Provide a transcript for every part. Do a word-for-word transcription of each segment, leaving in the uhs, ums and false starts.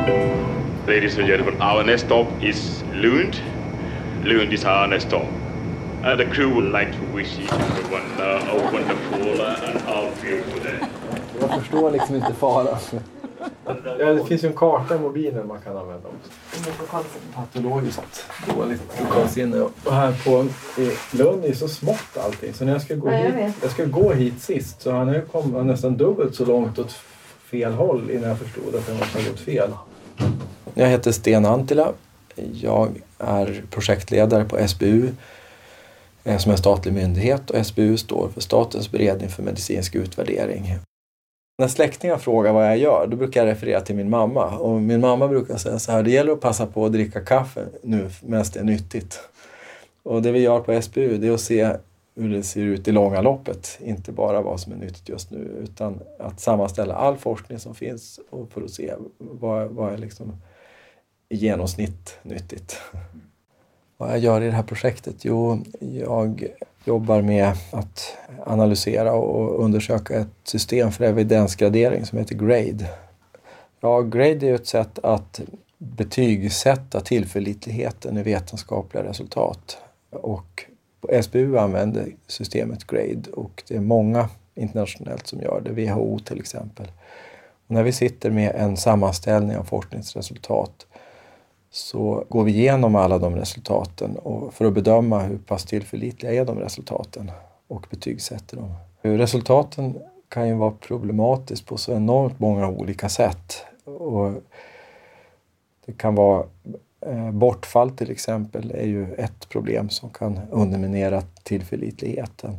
Ladies and gentlemen, our next stop is Lund. Lund is our next stop. Uh, the crew would like to wish each everyone uh, a wonderful uh, and all beautiful day. Jag förstår liksom inte faran. Ja, det finns ju en karta i mobilen man kan använda också. Patologiskt dåligt lokalsinne. Och här på i Lund är det så smått allting. Så när jag ska gå, ja, jag hit, jag ska gå hit sist så han har kommit nästan dubbelt så långt åt fel håll innan jag förstod att jag måste ha gått fel. Jag heter Sten Antila. Jag är projektledare på S B U som är en statlig myndighet, och S B U står för Statens beredning för medicinsk utvärdering. När släktingar frågar vad jag gör, då brukar jag referera till min mamma. Och min mamma brukar säga så här: det gäller att passa på att dricka kaffe nu medan det är nyttigt. Och det vi gör på S B U, det är att se hur det ser ut i långa loppet. Inte bara vad som är nyttigt just nu, utan att sammanställa all forskning som finns och för att se vad, vad är liksom i genomsnitt nyttigt. Vad jag gör i det här projektet? Jo, jag jobbar med att analysera och undersöka ett system för evidensgradering som heter GRADE. Ja, GRADE är ett sätt att betygsätta tillförlitligheten i vetenskapliga resultat. Och på S B U använder systemet GRADE, och det är många internationellt som gör det, W H O till exempel. Och när vi sitter med en sammanställning av forskningsresultat så går vi igenom alla de resultaten och för att bedöma hur pass tillförlitliga är de resultaten och betygsätter dem. Resultaten kan ju vara problematiskt på så enormt många olika sätt. Och det kan vara eh, bortfall till exempel är ju ett problem som kan underminera tillförlitligheten.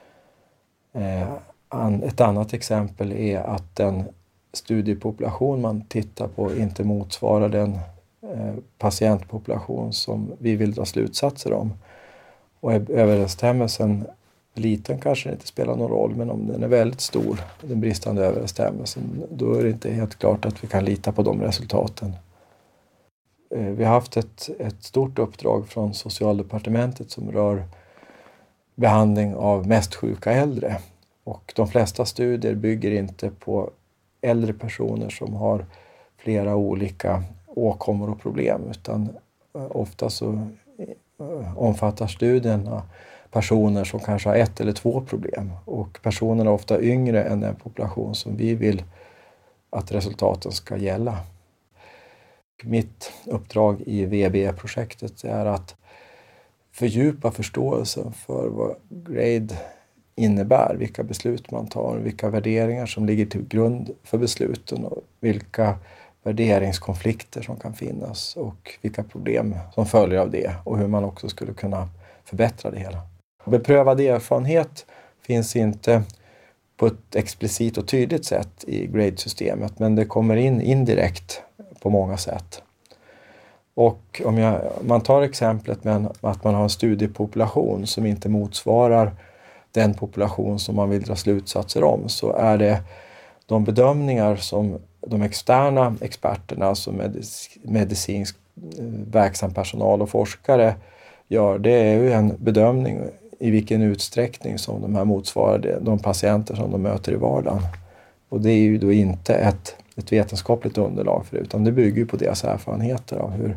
Eh, an, ett annat exempel är att den studiepopulation man tittar på inte motsvarar den patientpopulation som vi vill dra slutsatser om. Och är överensstämmelsen liten kanske det inte spelar någon roll, men om den är väldigt stor, den bristande överensstämmelsen, då är det inte helt klart att vi kan lita på de resultaten. Vi har haft ett, ett stort uppdrag från Socialdepartementet som rör behandling av mest sjuka äldre. Och de flesta studier bygger inte på äldre personer som har flera olika åkommor och problem, utan ofta så omfattar studierna personer som kanske har ett eller två problem, och personerna är ofta yngre än den population som vi vill att resultaten ska gälla. Mitt uppdrag i V B E-projektet är att fördjupa förståelsen för vad GRADE innebär, vilka beslut man tar, vilka värderingar som ligger till grund för besluten och vilka värderingskonflikter som kan finnas och vilka problem som följer av det och hur man också skulle kunna förbättra det hela. Beprövad erfarenhet finns inte på ett explicit och tydligt sätt i GRADE-systemet, men det kommer in indirekt på många sätt. Och om jag, man tar exemplet med att man har en studiepopulation som inte motsvarar den population som man vill dra slutsatser om, så är det de bedömningar som de externa experterna, alltså medic- medicinsk verksam personal och forskare gör, det är ju en bedömning i vilken utsträckning som de här motsvarar de patienter som de möter i vardagen. Och det är ju då inte ett, ett vetenskapligt underlag för det, utan det bygger på deras erfarenheter av hur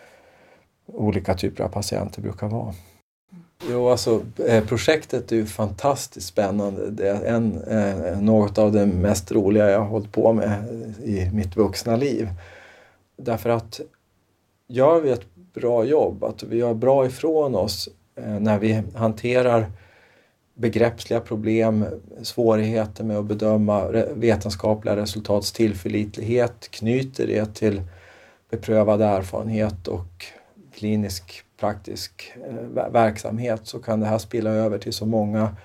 olika typer av patienter brukar vara. Jo, alltså projektet är ju fantastiskt spännande. Det är en, eh, något av det mest roliga jag har hållit på med i mitt vuxna liv. Därför att gör vi ett bra jobb, att vi gör bra ifrån oss eh, när vi hanterar begreppsliga problem, svårigheter med att bedöma vetenskapliga resultats tillförlitlighet, knyter det till beprövad erfarenhet och klinisk praktisk eh, verksamhet, så kan det här spilla över till så många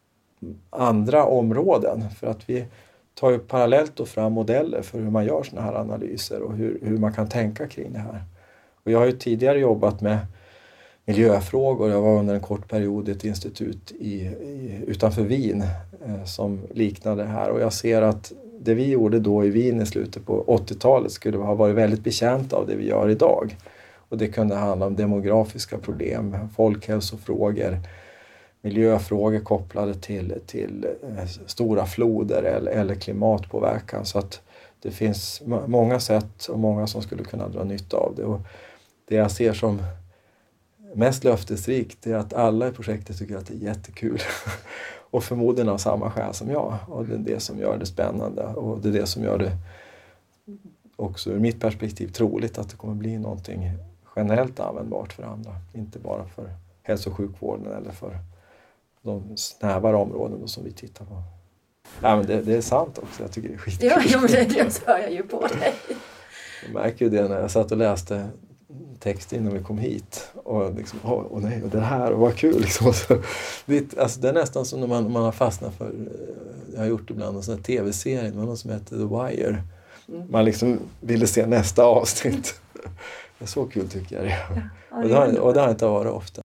andra områden, för att vi tar ju parallellt då fram modeller för hur man gör såna här analyser och hur, hur man kan tänka kring det här. Och jag har ju tidigare jobbat med miljöfrågor. Jag var under en kort period i ett institut i, i, utanför Wien eh, som liknade det här, och jag ser att det vi gjorde då i Wien i slutet på åttiotalet skulle ha varit väldigt bekänt av det vi gör idag. Och det kunde handla om demografiska problem, folkhälsofrågor, miljöfrågor kopplade till, till stora floder eller, eller klimatpåverkan. Så att det finns m- många sätt och många som skulle kunna dra nytta av det. Och det jag ser som mest löftesrikt är att alla i projektet tycker att det är jättekul. Och förmodligen av samma skäl som jag. Och det är det som gör det spännande. Och det är det som gör det också ur mitt perspektiv troligt att det kommer bli någonting generellt användbart för andra. Inte bara för hälso- och sjukvården eller för de snävare områden som vi tittar på. Ja, men det, det är sant också. Jag tycker det är skitkul. Ja, ja men det, det hör jag ju på dig. Jag märker ju det när jag satt och läste text innan vi kom hit. Och liksom, åh, åh nej, och det här, och vad kul liksom. Så, det, alltså, det är nästan som när man, man har fastnat för, jag har gjort ibland en sån här tv-serie, det var någon som heter The Wire. Mm. Man liksom ville se nästa avsnitt. Det är så kul tycker jag det. Ja, ja, och, det har, och det har inte varit ofta.